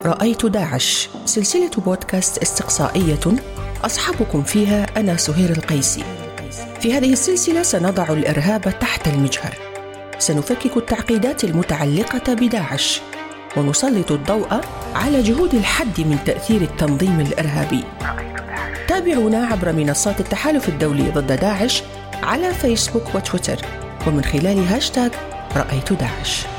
رأيت داعش، سلسلة بودكاست استقصائية أصحابكم فيها أنا سهير القيسي. في هذه السلسلة سنضع الإرهاب تحت المجهر، سنفكك التعقيدات المتعلقة بداعش، ونسلط الضوء على جهود الحد من تأثير التنظيم الإرهابي. تابعونا عبر منصات التحالف الدولي ضد داعش على فيسبوك وتويتر، ومن خلال هاشتاغ رأيت داعش.